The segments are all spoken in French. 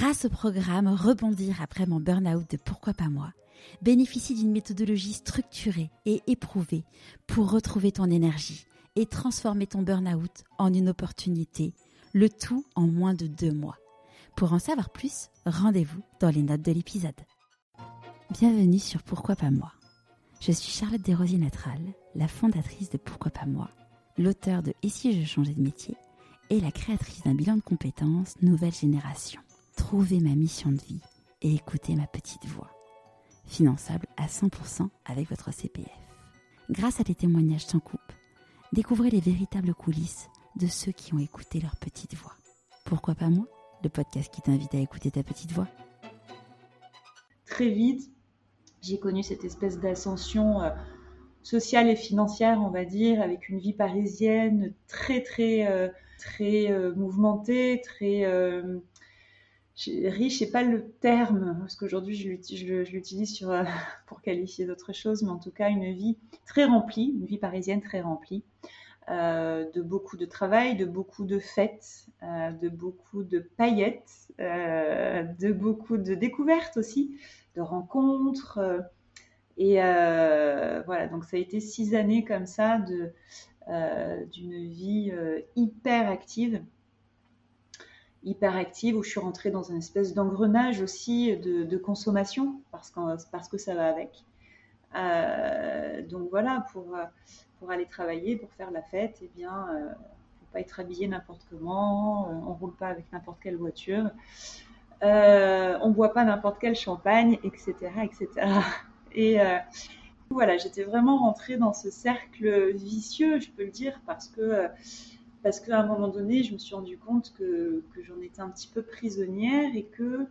grâce au programme Rebondir après mon burn-out de Pourquoi pas moi, bénéficie d'une méthodologie structurée et éprouvée pour retrouver ton énergie et transformer ton burn-out en une opportunité, le tout en moins de 2 mois. Pour en savoir plus, rendez-vous dans les notes de l'épisode. Bienvenue sur Pourquoi pas moi. Je suis Charlotte Desrosiers-Natral, la fondatrice de Pourquoi pas moi, l'auteure de Et si je changeais de métier et la créatrice d'un bilan de compétences nouvelle génération. Trouvez ma mission de vie et écoutez ma petite voix. Finançable à 100% avec votre CPF. Grâce à des témoignages sans coupe, découvrez les véritables coulisses de ceux qui ont écouté leur petite voix. Pourquoi pas moi, le podcast qui t'invite à écouter ta petite voix. Très vite, j'ai connu cette espèce d'ascension sociale et financière, on va dire, avec une vie parisienne très mouvementée, très riche, c'est pas le terme, parce qu'aujourd'hui je l'utilise pour qualifier d'autres choses, mais en tout cas une vie très remplie, une vie parisienne très remplie, de beaucoup de travail, de beaucoup de fêtes, de beaucoup de paillettes, de beaucoup de découvertes aussi, de rencontres. Voilà, donc ça a été 6 années comme ça d'une vie hyper active, où je suis rentrée dans une espèce d'engrenage aussi de consommation, parce que ça va avec. Donc voilà, pour aller travailler, pour faire la fête, eh bien, faut pas être habillé n'importe comment, on roule pas avec n'importe quelle voiture, on boit pas n'importe quel champagne, etc., etc. Et voilà, j'étais vraiment rentrée dans ce cercle vicieux, je peux le dire, parce qu'à un moment donné, je me suis rendu compte que j'en étais un petit peu prisonnière et que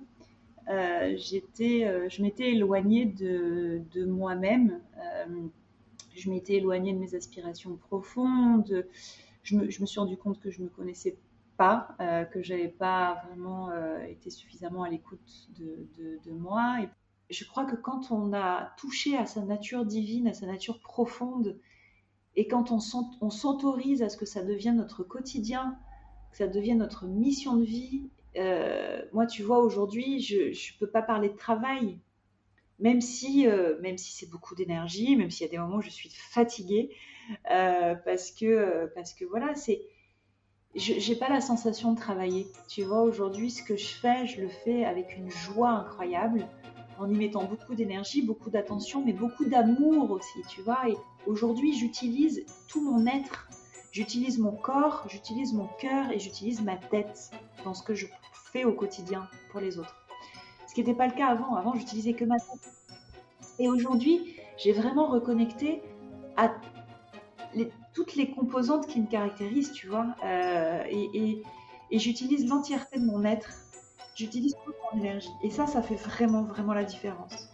je m'étais éloignée de moi-même. Je m'étais éloignée de mes aspirations profondes. Je me suis rendu compte que je ne me connaissais pas, que je n'avais pas vraiment été suffisamment à l'écoute de moi. Et je crois que quand on a touché à sa nature divine, à sa nature profonde, et quand on s'autorise à ce que ça devienne notre quotidien, que ça devienne notre mission de vie, moi, tu vois, aujourd'hui, je ne peux pas parler de travail, même si c'est beaucoup d'énergie, même s'il y a des moments où je suis fatiguée, parce que voilà, j'ai pas la sensation de travailler. Tu vois, aujourd'hui, ce que je fais, je le fais avec une joie incroyable, en y mettant beaucoup d'énergie, beaucoup d'attention, mais beaucoup d'amour aussi, tu vois. Et aujourd'hui, j'utilise tout mon être. J'utilise mon corps, j'utilise mon cœur et j'utilise ma tête dans ce que je fais au quotidien pour les autres. Ce qui n'était pas le cas avant. Avant, j'utilisais que ma tête. Et aujourd'hui, j'ai vraiment reconnecté à toutes les composantes qui me caractérisent, tu vois. Et j'utilise l'entièreté de mon être. J'utilise toute mon énergie. Et ça fait vraiment, vraiment la différence.